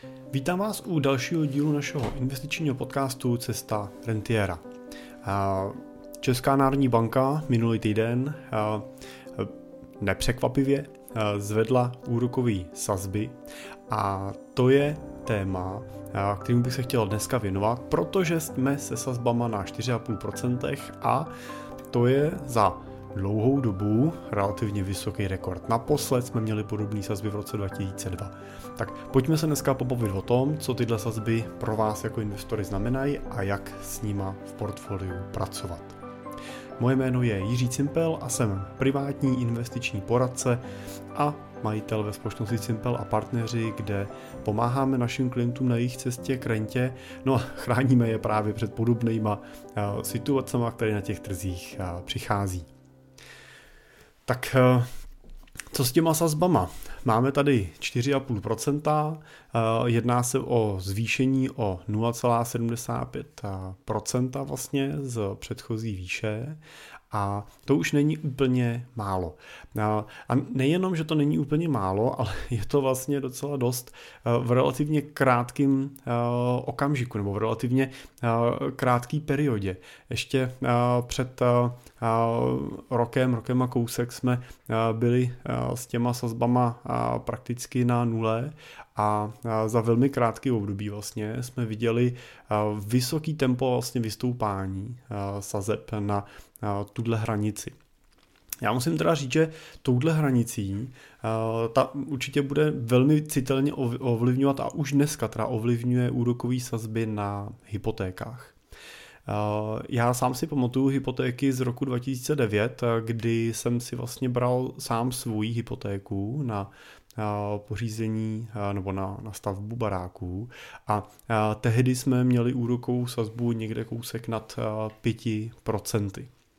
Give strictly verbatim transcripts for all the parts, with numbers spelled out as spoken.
Vítám vás u dalšího dílu našeho investičního podcastu Cesta rentiera. Česká národní banka minulý týden nepřekvapivě zvedla úrokové sazby a to je téma, kterým bych se chtěl dneska věnovat, protože jsme se sazbama na čtyři celá pět procenta a to je za dlouhou dobu relativně vysoký rekord. Naposled jsme měli podobné sazby v roce dva tisíce dva. Tak pojďme se dneska pobavit o tom, co tyhle sazby pro vás jako investory znamenají a jak s nima v portfoliu pracovat. Moje jméno je Jiří Cimpel a jsem privátní investiční poradce a majitel ve společnosti Cimpel a partneři, kde pomáháme našim klientům na jejich cestě k rentě, no a chráníme je právě před podobnýma situacemi, které na těch trzích přichází. Tak co s těma sazbama? Máme tady čtyři celá pět procenta, jedná se o zvýšení o nula celá sedmdesát pět procenta vlastně z předchozí výše a to už není úplně málo. A nejenom, že to není úplně málo, ale je to vlastně docela dost v relativně krátkém okamžiku nebo v relativně krátké periodě. Ještě před rokem, rokem a kousek jsme byli s těma sazbama prakticky na nule a za velmi krátké období vlastně jsme viděli vysoký tempo vlastně vystoupání sazeb na tuhle hranici. Já musím teda říct, že touhle hranicí ta určitě bude velmi citelně ovlivňovat a už dneska teda ovlivňuje úrokové sazby na hypotékách. Já sám si pamatuju hypotéky z roku dva tisíce devět, kdy jsem si vlastně bral sám svou hypotéku na pořízení nebo na, na stavbu baráků a, a tehdy jsme měli úrokovou sazbu někde kousek nad pět procent.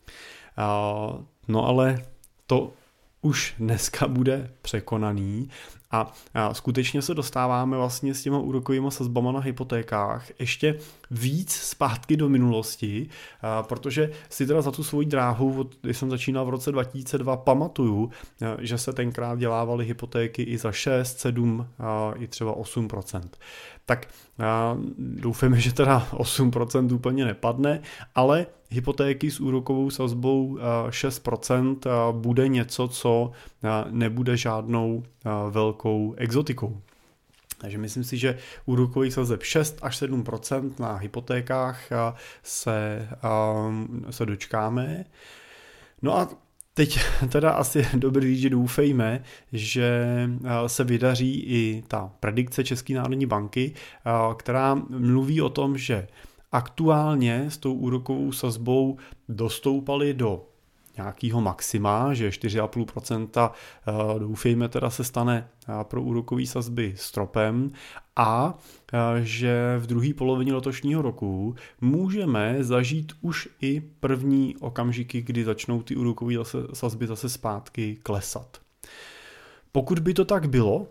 No ale to už dneska bude překonaný a, a skutečně se dostáváme vlastně s těma úrokovými sazbama na hypotékách ještě víc zpátky do minulosti, a, protože si teda za tu svoji dráhu, od, když jsem začínal v roce dva tisíce dva, pamatuju, a, že se tenkrát dělávaly hypotéky i za šest, sedm, a, i třeba osm procent. Tak a, doufáme, že teda osm procent úplně nepadne, ale hypotéky s úrokovou sazbou šest procent bude něco, co nebude žádnou velkou exotikou. Takže myslím si, že úrokový sazeb šest až sedm procent na hypotékách se, se dočkáme. No a teď teda asi dobrý říct, že doufejme, že se vydaří i ta predikce České národní banky, která mluví o tom, že aktuálně s tou úrokovou sazbou dostoupali do nějakého maxima, že čtyři celá pět procenta doufejme teda se stane pro úrokové sazby stropem a že v druhé polovině letošního roku můžeme zažít už i první okamžiky, kdy začnou ty úrokové sazby zase zpátky klesat. Pokud by to tak bylo,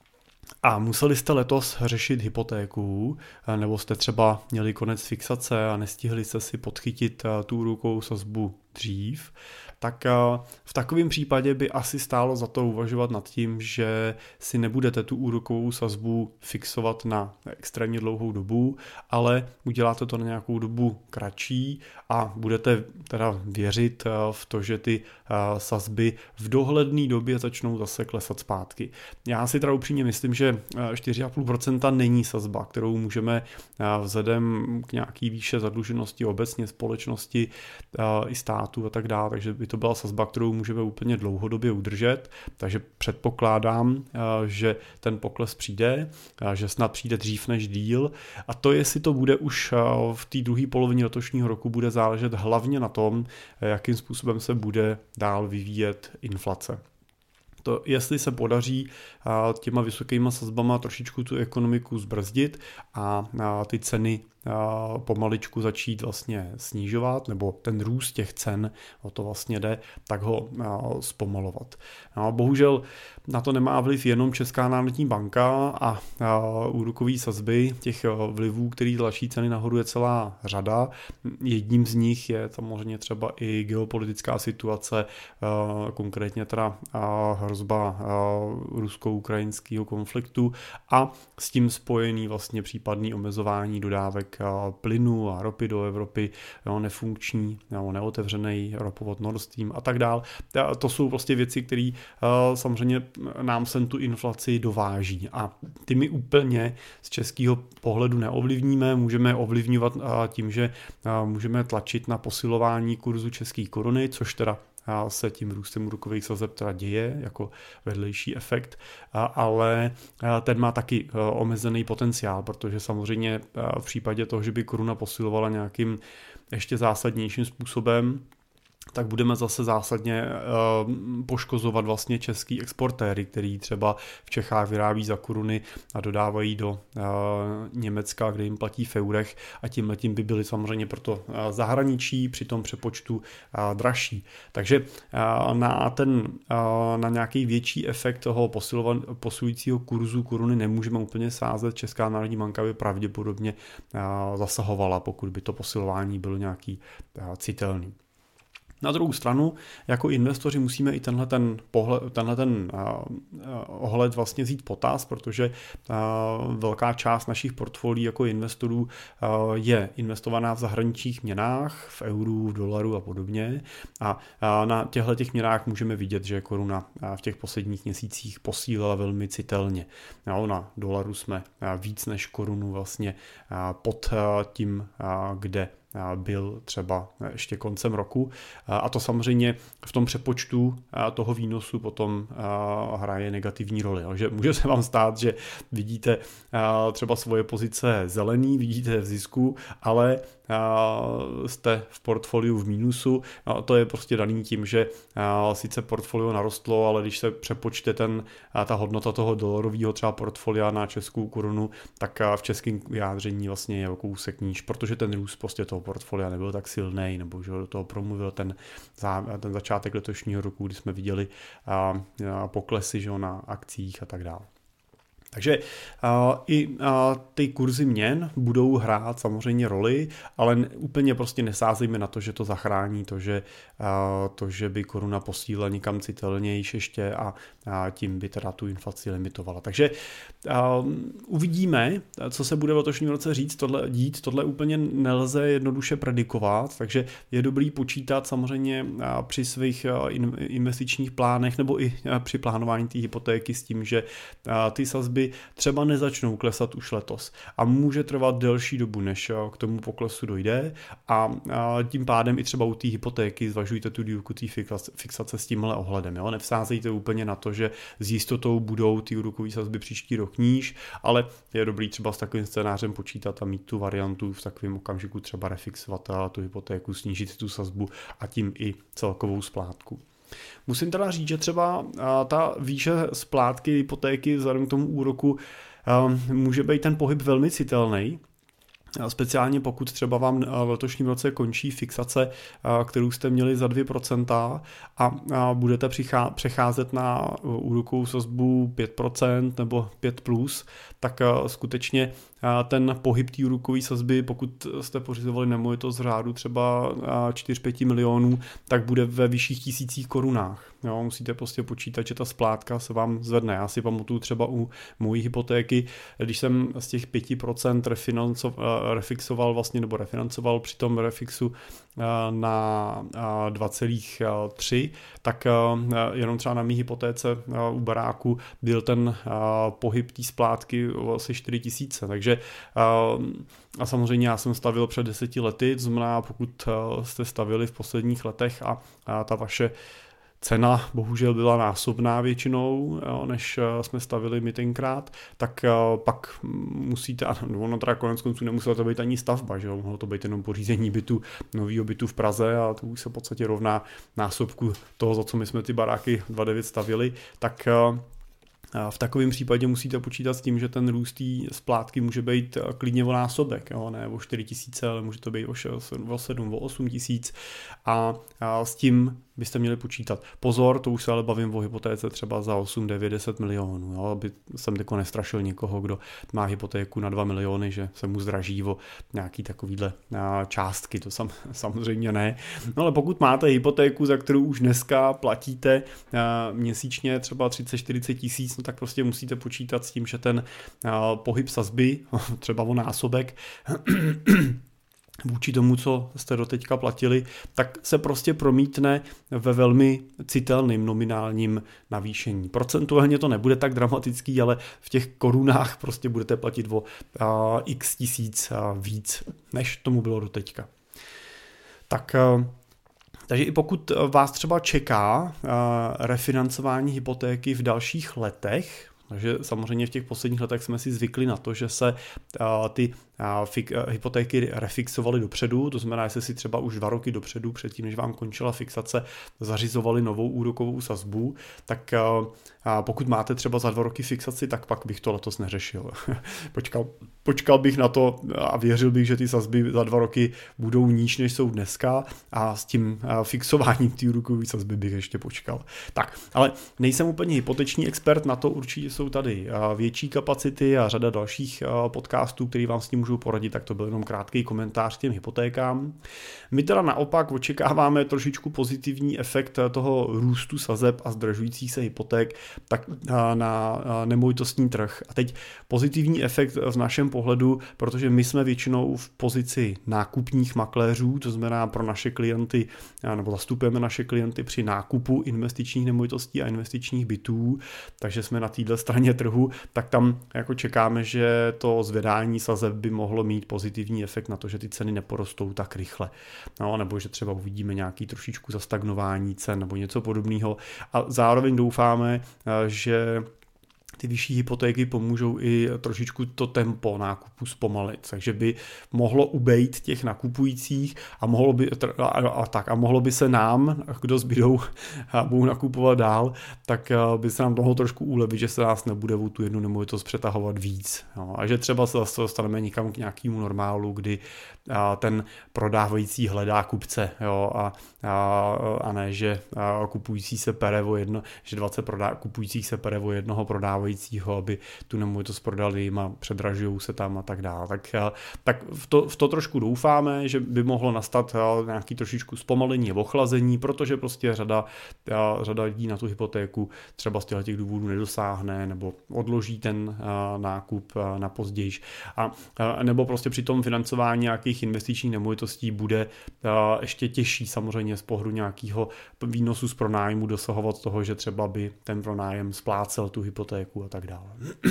a museli jste letos řešit hypotéku, nebo jste třeba měli konec fixace a nestihli jste si podchytit tu úrokovou sazbu dřív, tak v takovém případě by asi stálo za to uvažovat nad tím, že si nebudete tu úrokovou sazbu fixovat na extrémně dlouhou dobu, ale uděláte to na nějakou dobu kratší a budete teda věřit v to, že ty sazby v dohledné době začnou zase klesat zpátky. Já si teda upřímně myslím, že čtyři celá pět procenta není sazba, kterou můžeme vzhledem k nějaký výše zadluženosti obecně společnosti i státu a tak dále, takže by to byla sazba, kterou můžeme úplně dlouhodobě udržet, takže předpokládám, že ten pokles přijde, že snad přijde dřív než díl a to, jestli to bude už v té druhé polovině letošního roku, bude záležet hlavně na tom, jakým způsobem se bude dál vyvíjet inflace. To, jestli se podaří těma vysokýma sazbama trošičku tu ekonomiku zbrzdit a ty ceny pomaličku začít vlastně snižovat, nebo ten růst těch cen, o to vlastně jde, tak ho zpomalovat. No, bohužel na to nemá vliv jenom Česká národní banka a úrokové sazby, těch vlivů, který tlačí ceny nahoru, je celá řada. Jedním z nich je samozřejmě třeba i geopolitická situace, konkrétně teda hrozba rusko-ukrajinského konfliktu a s tím spojený vlastně případný omezování dodávek plynu a ropy do Evropy, jo, nefunkční, jo, neotevřený ropovod Nord Stream a tak dál. To jsou prostě věci, které samozřejmě nám sem tu inflaci dováží a ty my úplně z českého pohledu neovlivníme, můžeme ovlivňovat tím, že můžeme tlačit na posilování kurzu české koruny, což teda se tím růstem úrokových sazeb teda děje jako vedlejší efekt, ale ten má taky omezený potenciál, protože samozřejmě v případě toho, že by koruna posilovala nějakým ještě zásadnějším způsobem, tak budeme zase zásadně uh, poškozovat vlastně český exportéry, který třeba v Čechách vyrábí za koruny a dodávají do uh, Německa, kde jim platí v eurech a tímhletím by byly samozřejmě proto uh, zahraničí při tom přepočtu uh, dražší. Takže uh, na ten uh, na nějaký větší efekt toho posilujícího kurzu koruny nemůžeme úplně sázet. Česká národní banka by pravděpodobně uh, zasahovala, pokud by to posilování bylo nějaký uh, citelný. Na druhou stranu, jako investoři musíme i tenhle ten, pohled, tenhle ten uh, uh, ohled vlastně vzít potaz, protože uh, velká část našich portfolií jako investorů uh, je investovaná v zahraničních měnách, v euru, v dolaru a podobně. A uh, na těchto těch měnách můžeme vidět, že koruna uh, v těch posledních měsících posílila velmi citelně. No, na dolaru jsme uh, víc než korunu vlastně uh, pod uh, tím, uh, kde byl třeba ještě koncem roku. A to samozřejmě v tom přepočtu toho výnosu potom hraje negativní roli. Že může se vám stát, že vidíte třeba svoje pozice zelený, vidíte v zisku, ale jste v portfoliu v mínusu. To je prostě daný tím, že sice portfolio narostlo, ale když se přepočte ten, ta hodnota toho dolarového třeba portfolia na českou korunu, tak v českém vyjádření vlastně je o kousek níž, protože ten růst prostě toho portfolia nebyl tak silný, nebo že do toho promluvil ten, ten začátek letošního roku, kdy jsme viděli poklesy, že, na akcích a tak dále. Takže uh, i uh, ty kurzy měn budou hrát samozřejmě roli, ale ne, úplně prostě nesázejme na to, že to zachrání to, že, uh, to, že by koruna posílila někam citelnější ještě a uh, tím by teda tu inflaci limitovala. Takže uh, uvidíme, co se bude v letošním roce říct, tohle, dít. Tohle úplně nelze jednoduše predikovat, takže je dobrý počítat samozřejmě uh, při svých uh, investičních plánech nebo i uh, při plánování té hypotéky s tím, že uh, ty sazby třeba nezačnou klesat už letos a může trvat delší dobu, než k tomu poklesu dojde a tím pádem i třeba u té hypotéky zvažujte tu dílku té fixace s tímhle ohledem. Jo? Nevsázejte úplně na to, že s jistotou budou ty úrokové sazby příští rok níž, ale je dobrý třeba s takovým scénářem počítat a mít tu variantu v takovém okamžiku třeba refixovat a tu hypotéku, snížit tu sazbu a tím i celkovou splátku. Musím teda říct, že třeba ta výše splátky hypotéky vzhledem k tomu úroku může být ten pohyb velmi citelný. Speciálně pokud třeba vám v letošním roce končí fixace, kterou jste měli za dvě procenta a budete přecházet na úrokovou sazbu pět procent nebo pět plus, tak skutečně ten pohyb té úrokové sazby, pokud jste pořizovali nemovitost z řádu třeba čtyři pět milionů, tak bude ve vyšších tisících korunách. Jo, musíte prostě počítat, že ta splátka se vám zvedne. Já si pamatuju třeba u mojí hypotéky, když jsem z těch pět procent refixoval vlastně, nebo refinancoval při tom refixu na dva celá tři, tak jenom třeba na mý hypotéce u baráku byl ten pohyb té splátky asi čtyři tisíce. Takže a samozřejmě já jsem stavil před deseti lety, to znamená, pokud jste stavili v posledních letech a, a ta vaše cena bohužel byla násobná většinou, než jsme stavili my tenkrát, tak pak musíte, ono teda konec konců nemusela to být ani stavba, že jo? Mohlo to být jenom pořízení bytu, novýho bytu v Praze a to už se v podstatě rovná násobku toho, za co my jsme ty baráky dva devět stavili, tak V takovém případě musíte počítat s tím, že ten růst té splátky může být klidně o násobek, jo? Ne o čtyři tisíce, ale může to být o sedm, o osm tisíc a, a s tím byste měli počítat. Pozor, to už se ale bavím o hypotéce třeba za osm, devět, deset milionů, jo? Aby jsem tako nestrašil někoho, kdo má hypotéku na dva miliony, že se mu zdraží o nějaký takovýhle částky, to sam, samozřejmě ne. No ale pokud máte hypotéku, za kterou už dneska platíte měsíčně třeba třicet čtyřicet tisíc, no tak prostě musíte počítat s tím, že ten pohyb sazby, třeba o násobek, vůči tomu, co jste doteďka platili, tak se prostě promítne ve velmi citelným nominálním navýšení. Procentuálně to nebude tak dramatický, ale v těch korunách prostě budete platit o a, x tisíc a, víc, než tomu bylo doteďka. Tak a, takže i pokud vás třeba čeká a, refinancování hypotéky v dalších letech, takže samozřejmě v těch posledních letech jsme si zvykli na to, že se a, ty a, fik, a, hypotéky refixovaly dopředu, to znamená, že si třeba už dva roky dopředu, předtím, než vám končila fixace, zařizovali novou úrokovou sazbu, tak a, a pokud máte třeba za dva roky fixaci, tak pak bych to letos neřešil. počkal, počkal bych na to a věřil bych, že ty sazby za dva roky budou níž, než jsou dneska a s tím a, fixováním té úrokové sazby bych ještě počkal. Tak, ale nejsem úplně hypoteční expert, na to určitě jsou tady větší kapacity a řada dalších podcastů, který vám s tím můžu poradit, tak to byl jenom krátký komentář k těm hypotékám. My teda naopak očekáváme trošičku pozitivní efekt toho růstu sazeb a zdražujících se hypoték tak na nemovitostní trh. A teď pozitivní efekt v našem pohledu, protože my jsme většinou v pozici nákupních makléřů, to znamená pro naše klienty, nebo zastupujeme naše klienty při nákupu investičních nemovitostí a investičních bytů, takže jsme na této straně trhu, tak tam jako čekáme, že to zvedání sazeb by mohlo mít pozitivní efekt na to, že ty ceny neporostou tak rychle. No, nebo že třeba uvidíme nějaký trošičku zastagnování cen nebo něco podobného. A zároveň doufáme, že ty vyšší hypotéky pomůžou i trošičku to tempo nákupu zpomalit, takže by mohlo ubejt těch nakupujících a mohlo by, a, a, tak, a mohlo by se nám, kdo zbydou a budou nakupovat dál, tak by se nám mohlo trošku ulevit, že se nás nebude o tu jednu nemovitost přetahovat víc. Jo. A že třeba se zase dostaneme někam k nějakému normálu, kdy a, ten prodávající hledá kupce, jo, a, a, a ne, že a, kupující se pere o jedno, že dvacet prodá, kupujících se pere o jednoho prodávajícího, aby tu nemovitost prodali jim a předražujou se tam a tak dále. Tak, tak v, to, v to trošku doufáme, že by mohlo nastat nějaký trošičku zpomalení a ochlazení, protože prostě řada, řada lidí na tu hypotéku třeba z těch důvodů nedosáhne nebo odloží ten nákup na později. A, nebo prostě při tom financování nějakých investičních nemovitostí bude ještě těžší samozřejmě z pohledu nějakého výnosu z pronájmu dosahovat toho, že třeba by ten pronájem splácel tu hypotéku a tak dále.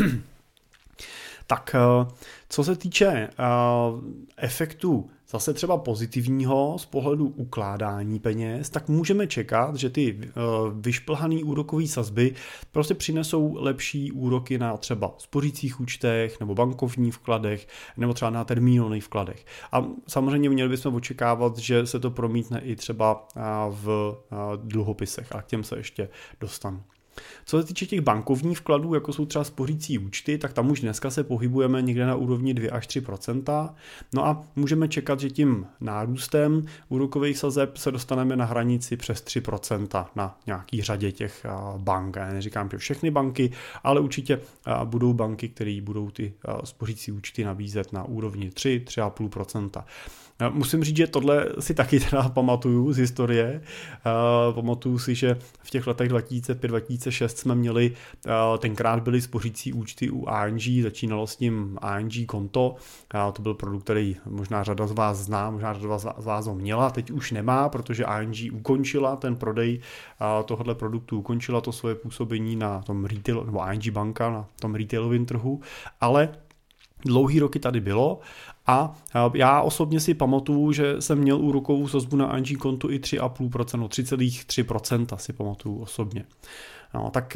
Tak co se týče efektu zase třeba pozitivního z pohledu ukládání peněz, tak můžeme čekat, že ty vyšplhané úrokové sazby prostě přinesou lepší úroky na třeba spořících účtech nebo bankovních vkladech nebo třeba na termínových vkladech. A samozřejmě měli bychom očekávat, že se to promítne i třeba v dluhopisech a k těm se ještě dostanu. Co se týče těch bankovních vkladů, jako jsou třeba spořící účty, tak tam už dneska se pohybujeme někde na úrovni dva až tři procenta. No a můžeme čekat, že tím nárůstem úrokových sazeb se dostaneme na hranici přes tři procenta na nějaký řadě těch bank. Já neříkám, že všechny banky, ale určitě budou banky, které budou ty spořící účty nabízet na úrovni tři až tři celá pět procenta. Musím říct, že tohle si taky teda pamatuju z historie. Uh, pamatuju si, že v těch letech dva tisíce pět dva tisíce šest jsme měli, uh, tenkrát byly spořící účty u A N G, začínalo s tím A N G konto. Uh, to byl produkt, který možná řada z vás zná, možná řada z vás ho měla, teď už nemá, protože A N G ukončila ten prodej uh, tohohle produktu, ukončila to svoje působení na tom retail, nebo A N G banka na tom retailovém trhu, ale dlouhý roky tady bylo A já osobně si pamatuju, že jsem měl úrokovou sazbu na I N G kontu i tři celá pět procenta, no tři celá tři procenta si pamatuju osobně. No, tak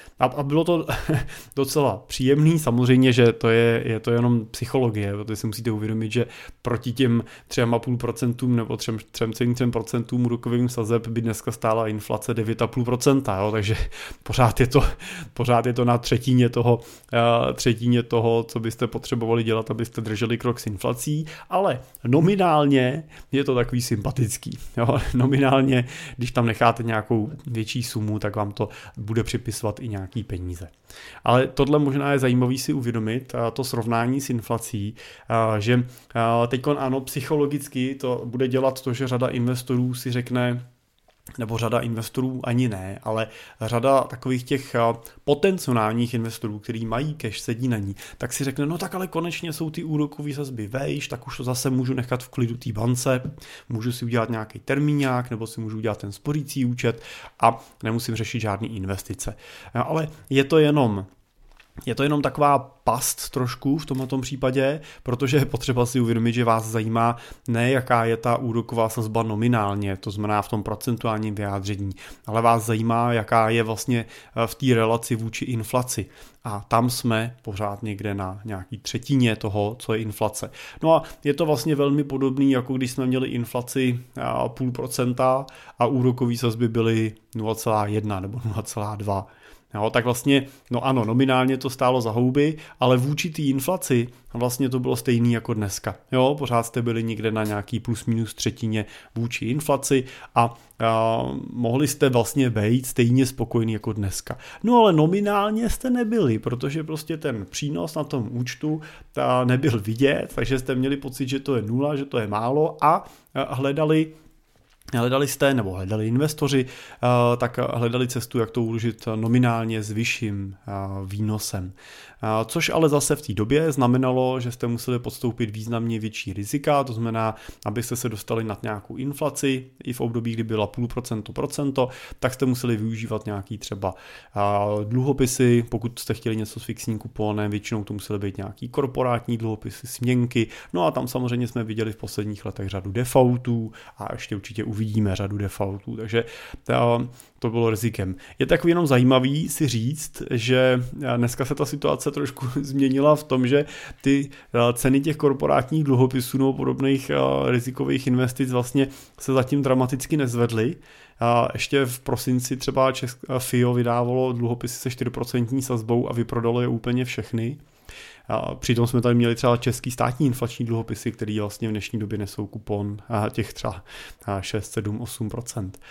a bylo to docela příjemný, samozřejmě, že to je, je to jenom psychologie, protože si musíte uvědomit, že proti těm tři celá pět procenta nebo tři celá tři procenta úrokovým sazeb by dneska stála inflace devět celá pět procenta, jo, takže pořád je to, pořád je to na třetině toho, třetině toho, co byste potřebovali dělat, abyste drželi krok s inflací, ale nominálně je to takový sympatický. Jo, nominálně, když tam necháte nějakou větší sumu, tak vám to bude připisovat i nějaký peníze. Ale tohle možná je zajímavý si uvědomit, to srovnání s inflací, že teď ano, psychologicky to bude dělat to, že řada investorů si řekne, nebo řada investorů ani ne, ale řada takových těch potenciálních investorů, kteří mají cash, sedí na ní, tak si řekne, no tak ale konečně jsou ty úrokové sazby vejš, tak už to zase můžu nechat v klidu té bance, můžu si udělat nějaký termíňák, nebo si můžu udělat ten spořící účet a nemusím řešit žádné investice. Ale je to jenom Je to jenom taková past trošku v tomto případě, protože je potřeba si uvědomit, že vás zajímá ne jaká je ta úroková sazba nominálně, to znamená v tom procentuálním vyjádření, ale vás zajímá, jaká je vlastně v té relaci vůči inflaci. A tam jsme pořád někde na nějaký třetině toho, co je inflace. No a je to vlastně velmi podobný, jako když jsme měli inflaci půl procenta a úrokové sazby byly nula celá jedna nebo nula celá dva. Jo, tak vlastně, no ano, nominálně to stálo za houby, ale vůči té inflaci vlastně to bylo stejný jako dneska. Jo, pořád jste byli někde na nějaký plus minus třetině vůči inflaci a, a mohli jste vlastně být stejně spokojný jako dneska. No ale nominálně jste nebyli, protože prostě ten přínos na tom účtu ta nebyl vidět, takže jste měli pocit, že to je nula, že to je málo a hledali Hledali jste, nebo hledali investoři, tak hledali cestu, jak to uložit nominálně s vyšším výnosem. Což ale zase v té době znamenalo, že jste museli podstoupit významně větší rizika, to znamená, abyste se dostali nad nějakou inflaci, i v období, kdy byla půl procento, procento, tak jste museli využívat nějaký třeba dluhopisy, pokud jste chtěli něco s fixním kuponem, většinou to musely být nějaký korporátní dluhopisy, směnky, no a tam samozřejmě jsme viděli v posledních letech řadu defaultů a ještě určitě uvidíme řadu defaultů, takže to bylo rizikem. Je takový jenom zajímavý si říct, že dneska se ta situace trošku změnila v tom, že ty ceny těch korporátních dluhopisů nebo podobných rizikových investic vlastně se zatím dramaticky nezvedly. Ještě v prosinci třeba Česk- F I O vydávalo dluhopisy se čtyři procenta sazbou a vyprodalo je úplně všechny. A přitom jsme tady měli třeba český státní inflační dluhopisy, který vlastně v dnešní době nesou kupon těch třeba šest, sedm, osm procent.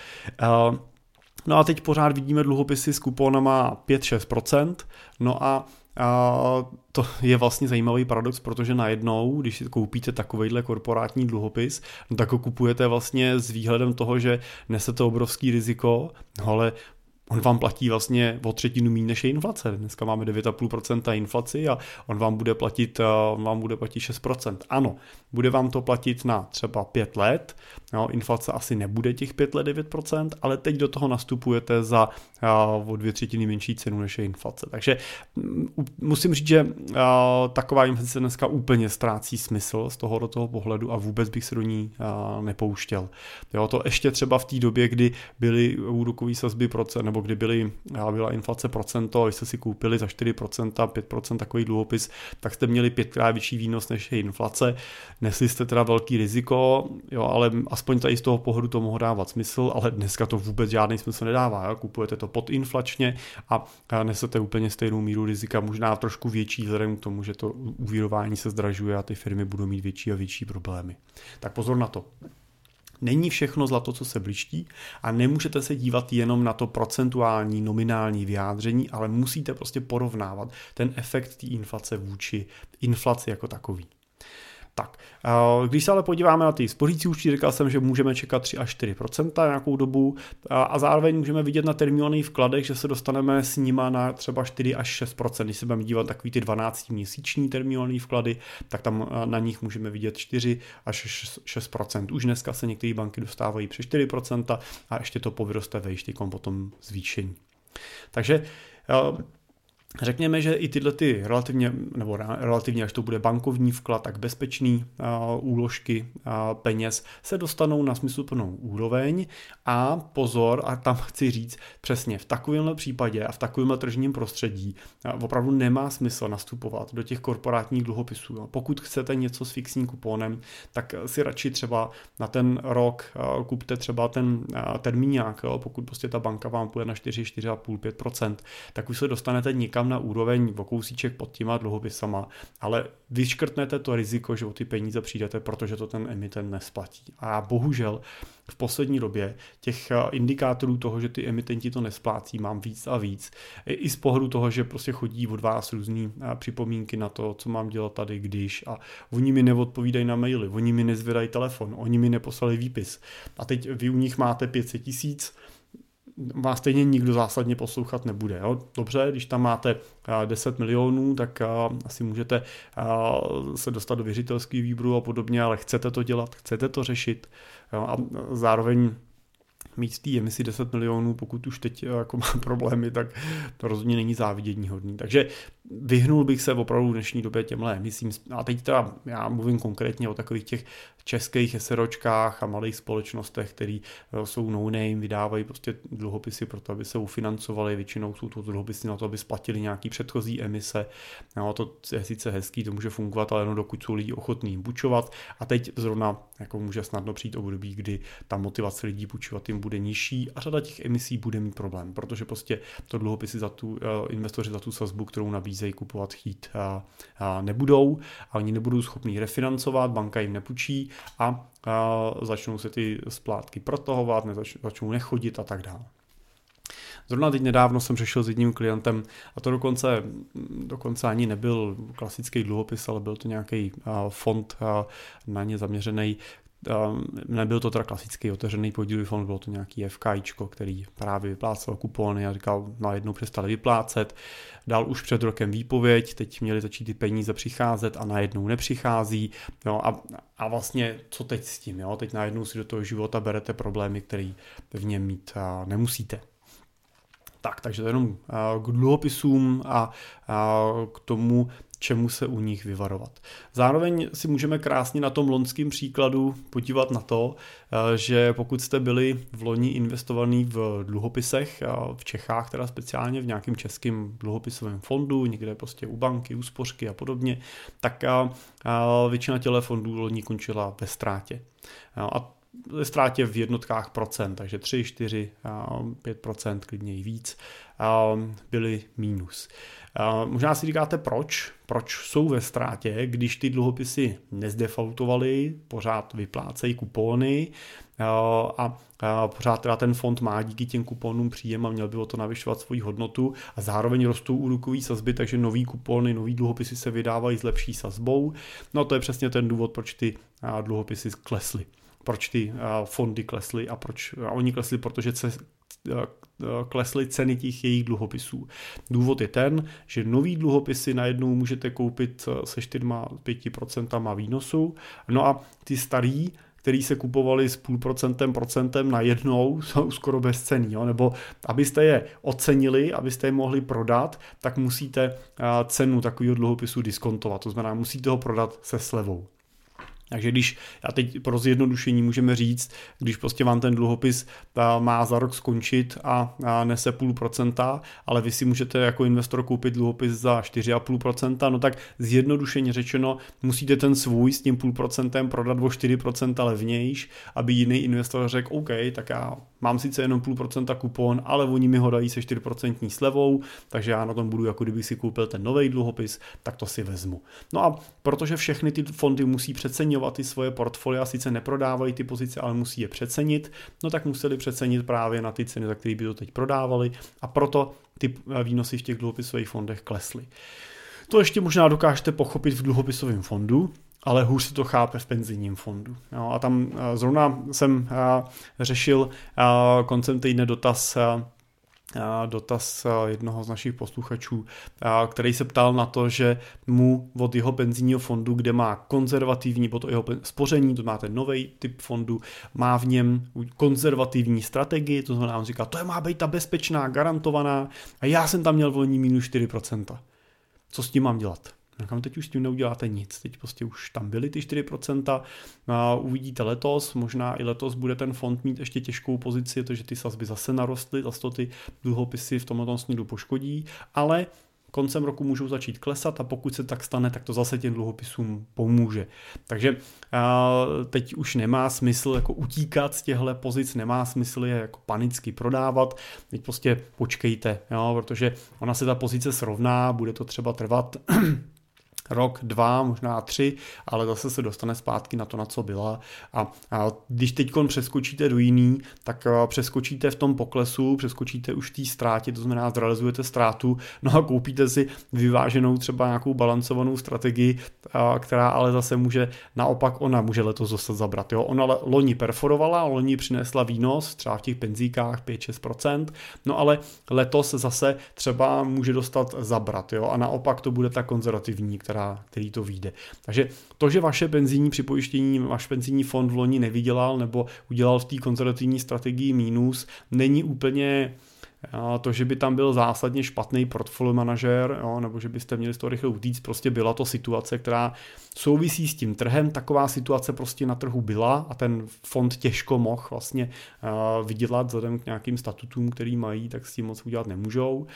No a teď pořád vidíme dluhopisy s kuponama pět až šest procent, no a A to je vlastně zajímavý paradox, protože najednou, když si koupíte takovejhle korporátní dluhopis, no tak ho kupujete vlastně s výhledem toho, že nesete obrovský riziko, no ale on vám platí vlastně o třetinu méně než je inflace. Dneska máme devět celá pět procenta inflaci a on vám bude platit, on vám bude platit šest procent. Ano, bude vám to platit na třeba pět let, no, inflace asi nebude těch pět let devět procent, ale teď do toho nastupujete za o dvě třetiny menší cenu než je inflace. Takže musím říct, že taková investice dneska úplně ztrácí smysl z toho do toho pohledu a vůbec bych se do ní nepouštěl. Jo, to ještě třeba v té době, kdy byly úrokové sazby procent, nebo kdy byly, byla inflace procento, vy jste si koupili za čtyři procenta, pět procent takový dluhopis, tak jste měli pětkrát větší výnos než je inflace. Nesli jste teda velký riziko, jo, ale aspoň tady z toho pohledu to mohlo dávat smysl, ale dneska to vůbec žádný smysl nedává. Jo. Kupujete to podinflačně a nesete úplně stejnou míru rizika, možná trošku větší vzhledem k tomu, že to úvěrování se zdražuje a ty firmy budou mít větší a větší problémy. Tak pozor na to. Není všechno zlato, co se bliští a nemůžete se dívat jenom na to procentuální, nominální vyjádření, ale musíte prostě porovnávat ten efekt té inflace vůči inflaci jako takový. Tak, když se ale podíváme na ty spořící účty, říkal jsem, že můžeme čekat tři až čtyři procenta nějakou dobu a zároveň můžeme vidět na termínovaných vkladech, že se dostaneme s nima na třeba čtyři až šest procent. Když se budeme dívat takový ty dvanáctiměsíční termínované vklady, tak tam na nich můžeme vidět čtyři až šest procent. Už dneska se některé banky dostávají přes čtyři procenta a ještě to povyroste vejš, potom zvýšení. Takže Řekněme, že i tyhle ty relativně, nebo relativně, až to bude bankovní vklad, tak bezpečný uh, úložky uh, peněz se dostanou na smysluplnou úroveň a pozor, a tam chci říct přesně, v takovémhle případě a v takovémhle tržním prostředí uh, opravdu nemá smysl nastupovat do těch korporátních dluhopisů. Jo. Pokud chcete něco s fixním kupónem, tak si radši třeba na ten rok uh, kupte třeba ten uh, termíňák, jo. Pokud prostě ta banka vám půjde na čtyři, čtyři celá pět, pět procent, tak už se dostanete někam na úroveň o kousíček pod těma dluhopisama, ale vyškrtnete to riziko, že o ty peníze přijdete, protože to ten emitent nesplatí. A bohužel v poslední době těch indikátorů toho, že ty emitenti to nesplácí, mám víc a víc. I z pohledu toho, že prostě chodí od vás různý připomínky na to, co mám dělat tady, když, a oni mi neodpovídají na maily, oni mi nezvedají telefon, oni mi neposlali výpis. A teď vy u nich máte pět set tisíc, vás stejně nikdo zásadně poslouchat nebude. Jo? Dobře, když tam máte deset milionů, tak asi můžete se dostat do věřitelského výboru a podobně, ale chcete to dělat, chcete to řešit, jo? A zároveň mít v té emisi deset milionů, pokud už teď jako má problémy, tak to rozhodně není závidění hodný. Takže vyhnul bych se opravdu v dnešní době těmhle emisím. A teď teda já mluvím konkrétně o takových těch českých SROčkách a malých společnostech, které jsou no-name, vydávají prostě dluhopisy pro to, aby se ufinancovali. Většinou jsou to dluhopisy na to, aby splatili nějaký předchozí emise. No, to je sice hezký, to může fungovat, ale jenom dokud jsou lidi ochotní půjčovat. A teď zrovna jako může snadno přijít období, kdy ta motivace lidí půjčovat jim bude nižší a řada těch emisí bude mít problém, protože prostě to dluhopisy za tu, investoři za tu sazbu, kterou nabízejí, kupovat chtít a, a nebudou a oni nebudou schopní refinancovat, banka jim nepůjčí a, a začnou se ty splátky protahovat, nezač, začnou nechodit a tak dále. Zrovna teď nedávno jsem řešil s jedním klientem a to dokonce, dokonce ani nebyl klasický dluhopis, ale byl to nějaký fond na ně zaměřený. Nebyl to teda klasický otevřený podílový fond, bylo to nějaký FKIčko, který právě vyplácel kupóny a říkal, najednou přestali vyplácet. Dal už před rokem výpověď, teď měli začít ty peníze přicházet a najednou nepřichází. Jo, a, a vlastně co teď s tím? Jo? Teď najednou si do toho života berete problémy, které v něm mít nemusíte. Tak, takže to jenom k dluhopisům a, a k tomu, čemu se u nich vyvarovat. Zároveň si můžeme krásně na tom loňském příkladu podívat na to, že pokud jste byli v loni investovaní v dluhopisech, v Čechách, teda speciálně v nějakém českém dluhopisovém fondu, někde prostě u banky, u spořky a podobně, tak většina těchto fondů loni končila ve ztrátě. A ve ztrátě v jednotkách procent, takže tři, čtyři, pět procent, klidně i víc, byly mínus. Možná si říkáte, proč? Proč jsou ve ztrátě, když ty dluhopisy nezdefaultovaly, pořád vyplácejí kupóny a pořád teda ten fond má díky těm kupónům příjem a měl by o to navyšovat svoji hodnotu a zároveň rostou úrokové sazby, takže nový kupóny, nový dluhopisy se vydávají s lepší sazbou. No to je přesně ten důvod, proč ty dluhopisy klesly. Proč ty fondy klesly a proč a oni klesly, protože se klesly ceny těch jejich dluhopisů. Důvod je ten, že nový dluhopisy najednou můžete koupit se čtyři až pět procent výnosu, no a ty starý, který se kupovali s půl procentem, procentem najednou, jsou skoro bezcenný, jo? Nebo abyste je ocenili, abyste je mohli prodat, tak musíte cenu takového dluhopisu diskontovat, to znamená, musíte ho prodat se slevou. Takže když, a teď pro zjednodušení můžeme říct, když prostě vám ten dluhopis má za rok skončit a, a nese půl procenta, ale vy si můžete jako investor koupit dluhopis za čtyři a půl procenta, no tak zjednodušeně řečeno musíte ten svůj s tím půl procentem prodat o čtyři procenta levnějš, aby jiný investor řekl, OK, tak já mám sice jenom půl procenta kupon, ale oni mi ho dají se čtyři procenta slevou, takže já na tom budu, jako kdybych si koupil ten nový dluhopis, tak to si vezmu. No a protože všechny ty fondy musí přecenit ty svoje portfolia, sice neprodávají ty pozice, ale musí je přecenit, no tak museli přecenit právě na ty ceny, za které by to teď prodávali a proto ty výnosy v těch dluhopisových fondech klesly. To ještě možná dokážete pochopit v dluhopisovém fondu, ale hůř se to chápe v penzijním fondu. No a tam zrovna jsem řešil koncem týdne dotaz dotaz jednoho z našich posluchačů, který se ptal na to, že mu od jeho penzijního fondu, kde má konzervativní, pod jeho spoření, to má ten nový typ fondu, má v něm konzervativní strategii, to znamená, on říká, to je má být ta bezpečná, garantovaná a já jsem tam měl volní minus čtyři procenta. Co s tím mám dělat? Říkám, teď už s tím neuděláte nic, teď prostě už tam byly ty čtyři procenta, a uvidíte letos, možná i letos bude ten fond mít ještě těžkou pozici, protože ty sazby zase narostly, zase to ty dluhopisy v tomto směru poškodí, ale koncem roku můžou začít klesat a pokud se tak stane, tak to zase těm dluhopisům pomůže. Takže teď už nemá smysl jako utíkat z těchto pozic, nemá smysl je jako panicky prodávat, teď prostě počkejte, jo, protože ona se ta pozice srovná, bude to třeba trvat rok, dva, možná tři, ale zase se dostane zpátky na to, na co byla. A, a když teďkon přeskočíte do jiný, tak přeskočíte v tom poklesu, přeskočíte už v té ztrátě, to znamená zrealizujete ztrátu, no a koupíte si vyváženou třeba nějakou balancovanou strategii, a, která ale zase může, naopak ona může letos zase zabrat. Jo? Ona loni perforovala, loni přinesla výnos, třeba v těch penzíkách pět až šest procent, no ale letos zase třeba může dostat zabrat. Jo? A naopak to bude ta konzervativní, která který to vyjde. Takže to, že vaše penzijní připojištění, váš penzijní fond v loni nevydělal nebo udělal v té konzervativní strategii mínus, není úplně to, že by tam byl zásadně špatný portfolio manažer, jo, nebo že byste měli z toho rychle utíct, prostě byla to situace, která souvisí s tím trhem, taková situace prostě na trhu byla a ten fond těžko mohl vlastně uh, vydělat vzhledem k nějakým statutům, který mají, tak s tím moc udělat nemůžou uh,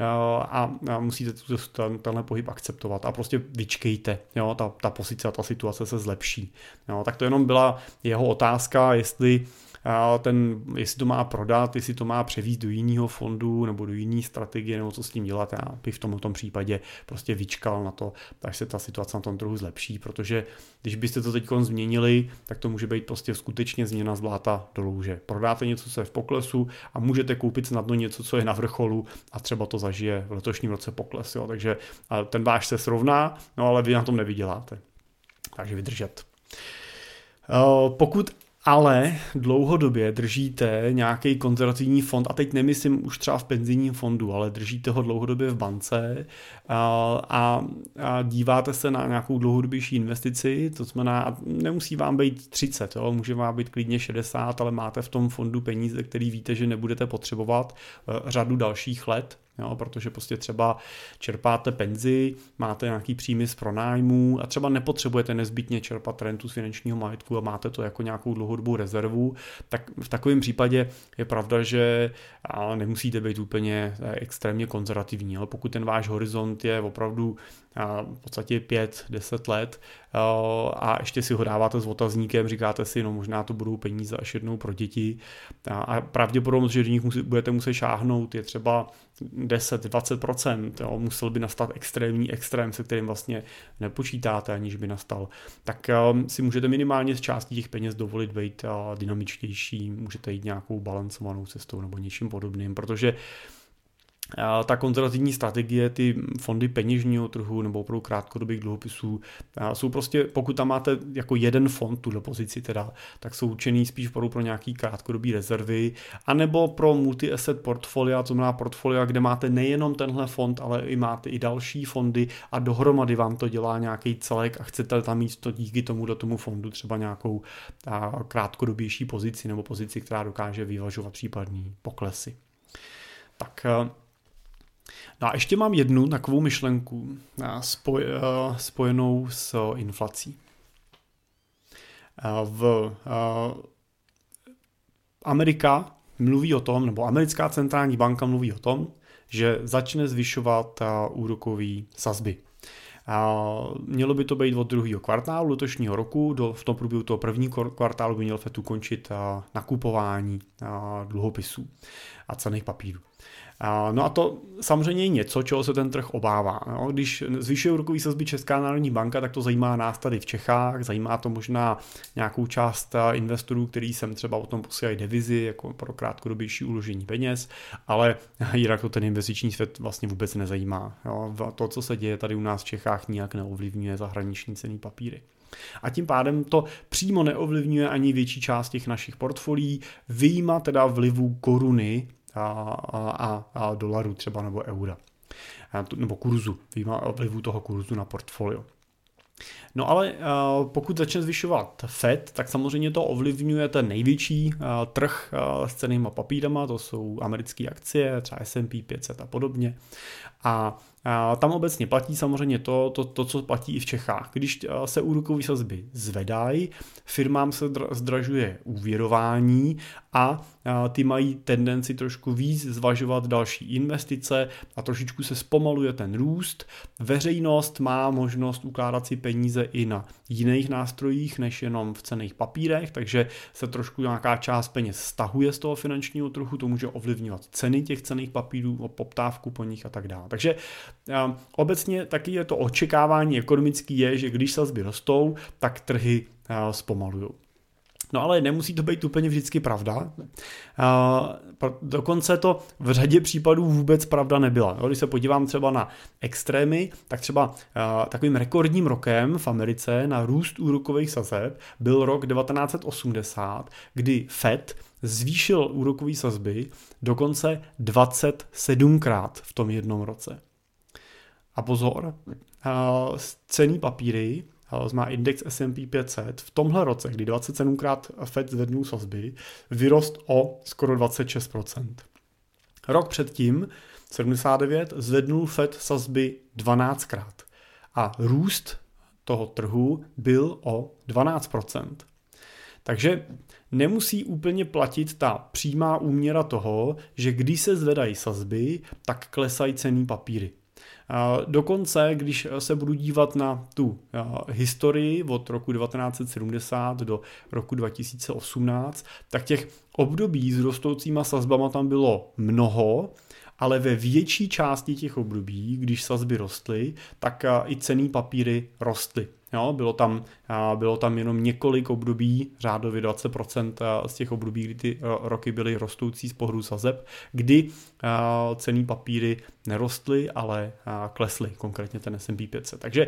a, a musíte ten, tenhle pohyb akceptovat a prostě vyčkejte, jo, ta, ta pozice a ta situace se zlepší. Jo, tak to jenom byla jeho otázka, jestli ten, jestli to má prodat, jestli to má převést do jiného fondu nebo do jiné strategie, nebo co s tím dělat. Já bych v tomto případě prostě vyčkal na to, až se ta situace na tom trhu zlepší, protože když byste to teď změnili, tak to může být prostě skutečně změna z bláta do louže. Prodáte něco, co je v poklesu a můžete koupit snadno něco, co je na vrcholu a třeba to zažije v letošním roce pokles. Jo. Takže ten váš se srovná, no ale vy na tom nevyděláte. Takže vydržet. Pokud ale dlouhodobě držíte nějaký konzervativní fond, a teď nemyslím už třeba v penzijním fondu, ale držíte ho dlouhodobě v bance a, a, a díváte se na nějakou dlouhodobější investici, to znamená, nemusí vám být třicet, jo, může vám být klidně šedesát, ale máte v tom fondu peníze, který víte, že nebudete potřebovat řadu dalších let, jo, protože prostě třeba čerpáte penzi, máte nějaký příjmy z pronájmů a třeba nepotřebujete nezbytně čerpat rentu z finančního majetku a máte to jako nějakou dlouhodobou rezervu, tak v takovém případě je pravda, že nemusíte být úplně extrémně konzervativní, ale pokud ten váš horizont je opravdu v podstatě pět deset let a ještě si ho dáváte s otazníkem, říkáte si, no možná to budou peníze až jednou pro děti a pravděpodobnost, že do nich budete muset šáhnout, je třeba deset dvacet procent, jo, musel by nastat extrémní extrém, se kterým vlastně nepočítáte, aniž by nastal, tak um, si můžete minimálně z části těch peněz dovolit být uh, dynamičtější, můžete jít nějakou balancovanou cestou nebo něčím podobným, protože ta konzervativní strategie, ty fondy peněžního trhu nebo opravdu krátkodobých dluhopisů jsou prostě, pokud tam máte jako jeden fond, tuhle pozici teda, tak jsou určený spíš pro nějaký krátkodobý rezervy, anebo pro multi-asset portfolia, to znamená portfolia, kde máte nejenom tenhle fond, ale i máte i další fondy a dohromady vám to dělá nějaký celek a chcete tam mít to díky tomu do tomu fondu třeba nějakou krátkodobější pozici nebo pozici, která dokáže vyvažovat případný poklesy. Tak no a ještě mám jednu takovou myšlenku spoj, spojenou s inflací. V Amerika mluví o tom, nebo americká centrální banka mluví o tom, že začne zvyšovat úrokové sazby. Mělo by to být od druhého kvartálu letošního roku, do, v tom průběhu toho prvního kvartálu by měl F E D ukončit nakupování dluhopisů a cenných papírů. No a to samozřejmě je něco, čeho se ten trh obává. Když zvyšuje úrokové sazby Česká národní banka, tak to zajímá nás tady v Čechách, zajímá to možná nějakou část investorů, kteří sem třeba o tom posílají devizi jako pro krátkodobější uložení peněz, ale jinak to ten investiční svět vlastně vůbec nezajímá. To, co se děje tady u nás v Čechách, nijak neovlivňuje zahraniční cenné papíry. A tím pádem to přímo neovlivňuje ani větší část těch našich portfolií, vyjma teda vlivu koruny a, a, a dolarů třeba nebo eura. Nebo kurzu, vlivu toho kurzu na portfolio. No ale uh, pokud začne zvyšovat Fed, tak samozřejmě to ovlivňuje ten největší uh, trh uh, s cennýma papírama, to jsou americké akcie, třeba S and P pět set a podobně. A uh, tam obecně platí samozřejmě to, to, to, co platí i v Čechách. Když uh, se úrokové sazby zvedají, firmám se dra- zdražuje úvěrování a uh, ty mají tendenci trošku víc zvažovat další investice a trošičku se zpomaluje ten růst. Veřejnost má možnost ukládat si peníze i na jiných nástrojích, než jenom v cenných papírech, takže se trošku nějaká část peněz stahuje z toho finančního trhu, to může ovlivňovat ceny těch cenných papírů, poptávku po nich a tak dále. Takže um, obecně taky je to očekávání ekonomický je, že když sazby rostou, tak trhy uh, zpomalují. No ale nemusí to být úplně vždycky pravda. Dokonce to v řadě případů vůbec pravda nebyla. Když se podívám třeba na extrémy, tak třeba takovým rekordním rokem v Americe na růst úrokových sazeb byl rok devatenáct set osmdesát, kdy Fed zvýšil úrokové sazby dokonce dvacet sedmkrát v tom jednom roce. A pozor, cenný papíry, má index S and P pět set, v tomhle roce, kdy dvacet sedmkrát Fed zvednul sazby, vyrost o skoro dvacet šest procent. Rok předtím, sedmdesát devět, zvednul Fed sazby dvanáctkrát a růst toho trhu byl o dvanáct procent. Takže nemusí úplně platit ta přímá úměra toho, že když se zvedají sazby, tak klesají cenný papíry. Dokonce, když se budu dívat na tu historii od roku devatenáct set sedmdesát do roku dva tisíce osmnáct, tak těch období s rostoucíma sazbama tam bylo mnoho, ale ve větší části těch období, když sazby rostly, tak i cenný papíry rostly. Jo, bylo tam, bylo tam jenom několik období, řádově dvacet procent z těch období, kdy ty roky byly rostoucí z pohledu sazeb, kdy cenný papíry nerostly, ale klesly, konkrétně ten S and P pět set. Takže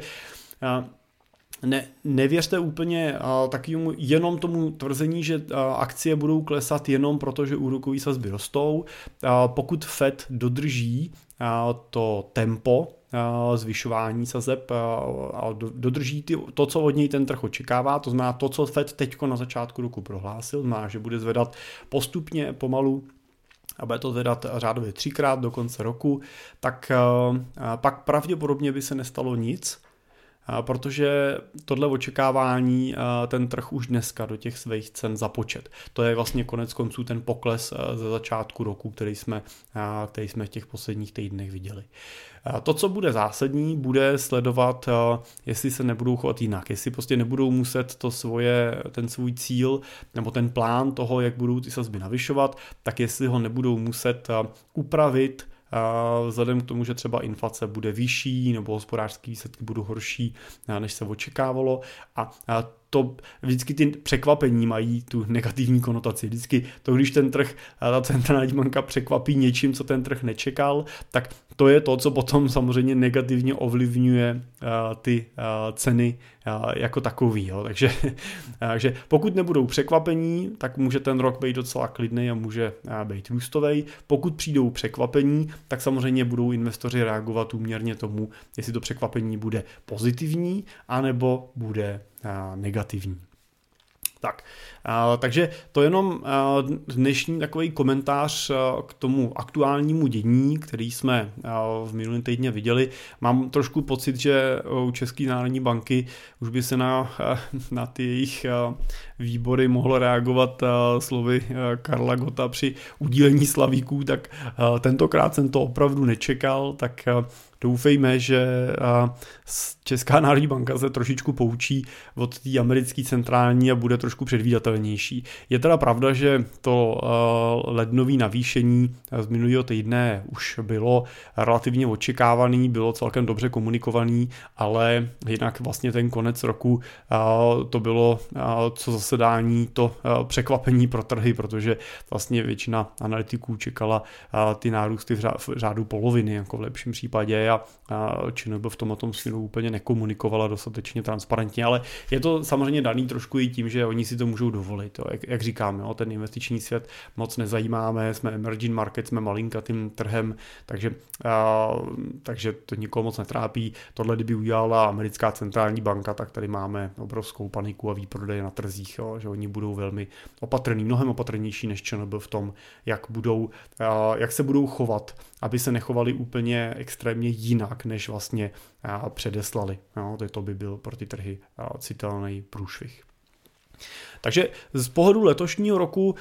ne, nevěřte úplně uh, takovému jenom tomu tvrzení, že uh, akcie budou klesat jenom proto, že úrokové sazby rostou. Uh, pokud Fed dodrží uh, to tempo uh, zvyšování sazeb uh, a do, dodrží ty, to, co od něj ten trh očekává, to znamená to, co Fed teďko na začátku roku prohlásil, znamená, že bude zvedat postupně, pomalu, a bude to zvedat řádově třikrát do konce roku, tak uh, pak pravděpodobně by se nestalo nic, protože tohle očekávání ten trh už dneska do těch svých cen započet. To je vlastně konec konců ten pokles ze začátku roku, který jsme, který jsme v těch posledních týdnech viděli. To, co bude zásadní, bude sledovat, jestli se nebudou chovat jinak, jestli prostě nebudou muset to svoje, ten svůj cíl nebo ten plán toho, jak budou ty sazby navyšovat, tak jestli ho nebudou muset upravit vzhledem k tomu, že třeba inflace bude vyšší nebo hospodářské výsledky budou horší, než se očekávalo. A to vždycky ty překvapení mají tu negativní konotaci. Vždycky to, když ten trh, ta centrální banka překvapí něčím, co ten trh nečekal, tak to je to, co potom samozřejmě negativně ovlivňuje uh, ty uh, ceny uh, jako takový. Jo. Takže, takže pokud nebudou překvapení, tak může ten rok být docela klidný a může uh, být růstovej. Pokud přijdou překvapení, tak samozřejmě budou investoři reagovat úměrně tomu, jestli to překvapení bude pozitivní, anebo bude uh, negativní. Tak, takže to jenom dnešní takový komentář k tomu aktuálnímu dění, který jsme v minulém týdně viděli. Mám trošku pocit, že u České národní banky už by se na, na ty jejich výbory mohlo reagovat slovy Karla Gotta při udílení slavíků, tak tentokrát jsem to opravdu nečekal, tak doufejme, že Česká národní banka se trošičku poučí od té americké centrální a bude trošku předvídatelnější. Je teda pravda, že to lednový navýšení z minulého týdne už bylo relativně očekávaný, bylo celkem dobře komunikovaný, ale jinak vlastně ten konec roku to bylo co zasedání, to překvapení pro trhy, protože vlastně většina analytiků čekala ty nárůsty v řádu poloviny, jako v lepším případě. a ČNB v tomhle tom směru úplně nekomunikovala dostatečně transparentně, ale je to samozřejmě daný trošku i tím, že oni si to můžou dovolit. Jo. Jak, jak říkám, jo, ten investiční svět moc nezajímáme, jsme emerging market, jsme malinkatým trhem, takže, a, takže to nikoho moc netrápí. Tohle, kdyby udělala americká centrální banka, tak tady máme obrovskou paniku a výprodej na trzích, jo, že oni budou velmi opatrní, mnohem opatrnější než ČNB v tom, jak, budou, a, jak se budou chovat, aby se nechovali úplně extrémně jinak, než vlastně a, předeslali. Jo, to by byl pro ty trhy a, citelný průšvih. Takže z pohledu letošního roku,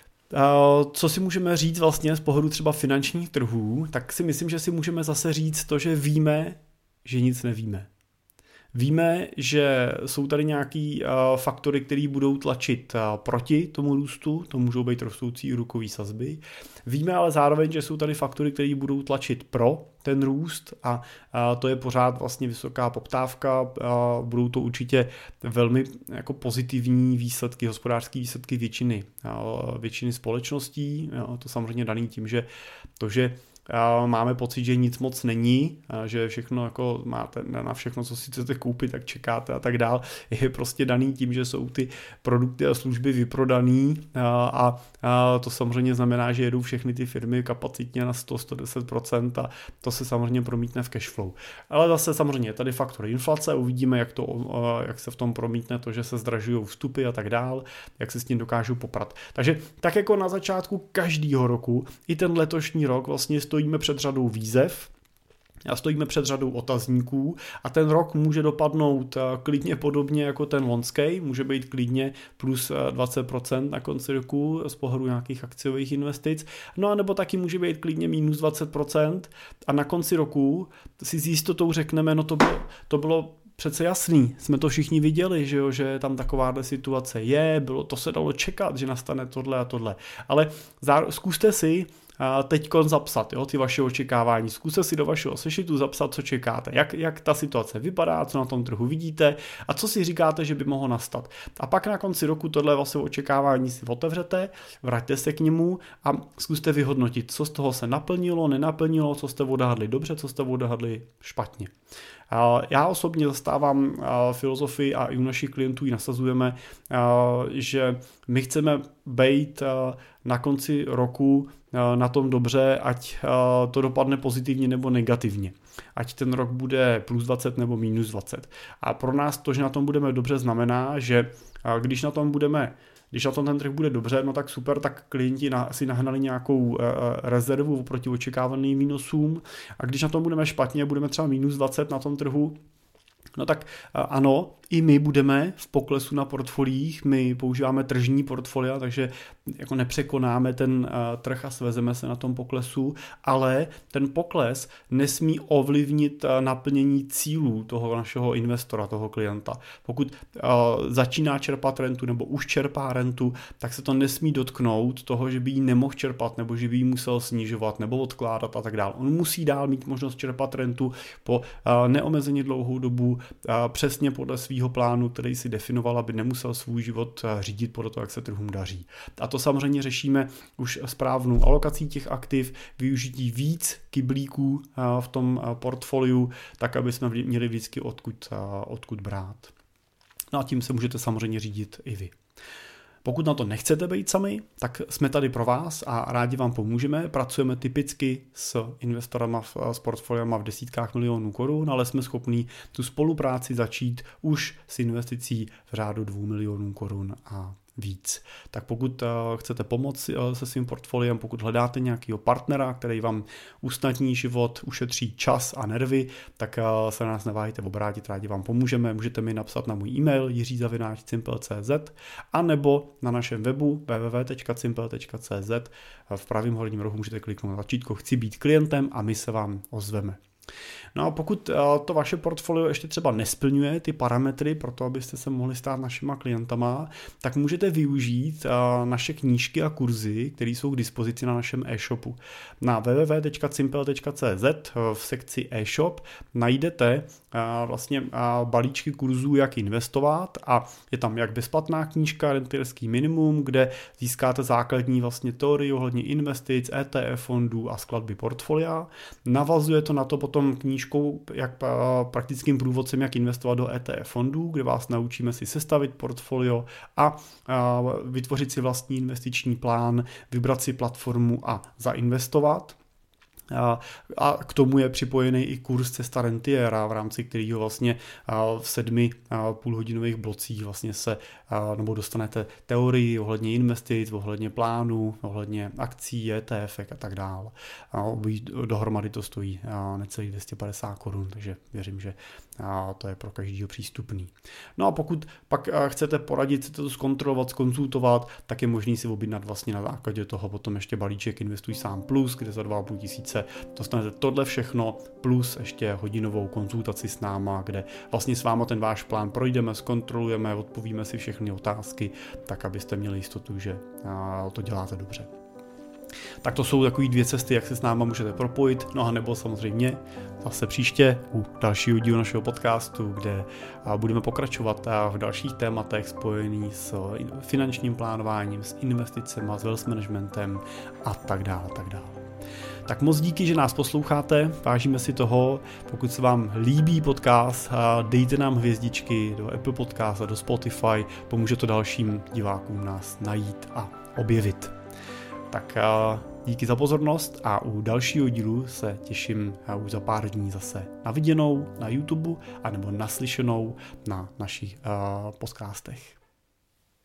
co si můžeme říct vlastně z pohledu třeba finančních trhů, tak si myslím, že si můžeme zase říct to, že víme, že nic nevíme. Víme, že jsou tady nějaký faktory, které budou tlačit proti tomu růstu, to můžou být rostoucí úrokové sazby. Víme ale zároveň, že jsou tady faktory, které budou tlačit pro ten růst a to je pořád vlastně vysoká poptávka. Budou to určitě velmi jako pozitivní výsledky, hospodářské výsledky většiny, většiny společností. To samozřejmě daný tím, že to, že máme pocit, že nic moc není, že všechno jako máte na všechno, co si chcete koupit, tak čekáte a tak dál, je prostě daný tím, že jsou ty produkty a služby vyprodaný a, a to samozřejmě znamená, že jedou všechny ty firmy kapacitně na sto až sto deset procent a to se samozřejmě promítne v cash flow. Ale zase samozřejmě je tady faktor inflace, uvidíme, jak, to, jak se v tom promítne to, že se zdražují vstupy a tak dál, jak se s tím dokážou poprat. Takže tak jako na začátku každého roku, i ten letošní rok vlastně stojíme před řadou výzev a stojíme před řadou otazníků a ten rok může dopadnout klidně podobně jako ten loňský, může být klidně plus dvacet procent na konci roku z pohledu nějakých akciových investic, no a nebo taky může být klidně minus dvacet procent a na konci roku si s jistotou řekneme, no to bylo, to bylo přece jasný, jsme to všichni viděli, že, jo, že tam takováhle situace je, bylo, to se dalo čekat, že nastane tohle a tohle, ale zá, zkuste si teďkon zapsat, jo, ty vaše očekávání. Zkuste si do vašeho sešitu zapsat, co čekáte, jak, jak ta situace vypadá, co na tom trhu vidíte a co si říkáte, že by mohlo nastat. A pak na konci roku tohle vaše očekávání si otevřete, vraťte se k němu a zkuste vyhodnotit, co z toho se naplnilo, nenaplnilo, co jste odhadli dobře, co jste odhadli špatně. Já osobně zastávám filozofii a i u našich klientů ji nasazujeme, že my chceme být na konci roku na tom dobře, ať to dopadne pozitivně nebo negativně. Ať ten rok bude plus dvacet nebo minus dvacet. A pro nás to, že na tom budeme dobře, znamená, že když na tom budeme Když na tom ten trh bude dobře, no tak super, tak klienti na, si nahnali nějakou e, rezervu proti očekávaným výnosům a když na tom budeme špatně, budeme třeba minus dvacet na tom trhu, no tak ano, i my budeme v poklesu na portfoliích, my používáme tržní portfolia, takže jako nepřekonáme ten uh, trh a svezeme se na tom poklesu, ale ten pokles nesmí ovlivnit uh, naplnění cílů toho našeho investora, toho klienta. Pokud uh, začíná čerpat rentu nebo už čerpá rentu, tak se to nesmí dotknout toho, že by ji nemohl čerpat nebo že by ji musel snižovat nebo odkládat a tak dále. On musí dál mít možnost čerpat rentu po uh, neomezeně dlouhou dobu, uh, přesně podle svých plánu, který si definoval, aby nemusel svůj život řídit podle toho, jak se trhům daří. A to samozřejmě řešíme už správnou alokací těch aktiv, využití víc kyblíků v tom portfoliu, tak aby jsme měli vždycky odkud, odkud brát. No a tím se můžete samozřejmě řídit i vy. Pokud na to nechcete být sami, tak jsme tady pro vás a rádi vám pomůžeme. Pracujeme typicky s investorama, s portfoliama v desítkách milionů korun, ale jsme schopní tu spolupráci začít už s investicí v řádu dvou milionů korun a víc. Tak pokud chcete pomoct se svým portfoliem, pokud hledáte nějakého partnera, který vám usnadní život, ušetří čas a nervy, tak se na nás neváhejte obrátit, rádi vám pomůžeme. Můžete mi napsat na můj e-mail jiří zavináč cimple tečka cé zet a nebo na našem webu w w w tečka cimple tečka cé zet. V pravém horním rohu můžete kliknout na tlačítko Chci být klientem a my se vám ozveme. No a pokud to vaše portfolio ještě třeba nesplňuje ty parametry pro to, abyste se mohli stát našima klientama, tak můžete využít naše knížky a kurzy, které jsou k dispozici na našem e-shopu. Na w w w tečka cimple tečka cé zet v sekci e-shop najdete vlastně balíčky kurzů, jak investovat a je tam jak bezplatná knížka Rentierský minimum, kde získáte základní vlastně teorii ohledně investic, E T F fondů a skladby portfolia. Navazuje to na to potom potom knížkou jak praktickým průvodcem, jak investovat do E T F fondů, kde vás naučíme si sestavit portfolio a vytvořit si vlastní investiční plán, vybrat si platformu a zainvestovat. A k tomu je připojený i kurz Cesta rentiera, v rámci kterého vlastně v sedmi půlhodinových blocích vlastně se nebo dostanete teorii ohledně investic, ohledně plánů, ohledně akcí, E T F a tak dále. Dohromady to stojí necelých dvě stě padesát korun, takže věřím, že to je pro každýho přístupný. No a pokud pak chcete poradit, chcete to zkontrolovat, zkonzultovat, tak je možný si objednat vlastně na základě toho potom ještě balíček Investuj sám plus, kde za dva a půl tisíce dostanete tohle všechno plus ještě hodinovou konzultaci s náma, kde vlastně s váma ten váš plán projdeme, zkontrolujeme, odpovíme si všechny otázky, tak abyste měli jistotu, že to děláte dobře. Tak to jsou takové dvě cesty, jak se s náma můžete propojit, no a nebo samozřejmě zase příště u dalšího dílu našeho podcastu, kde budeme pokračovat v dalších tématech spojených s finančním plánováním, s investicemi, s wealth managementem a tak dále, tak dále. Tak moc díky, že nás posloucháte, vážíme si toho. Pokud se vám líbí podcast, dejte nám hvězdičky do Apple Podcast a do Spotify, pomůže to dalším divákům nás najít a objevit. Tak díky za pozornost a u dalšího dílu se těším už za pár dní zase na viděnou na YouTube anebo naslyšenou na našich uh, podcastech.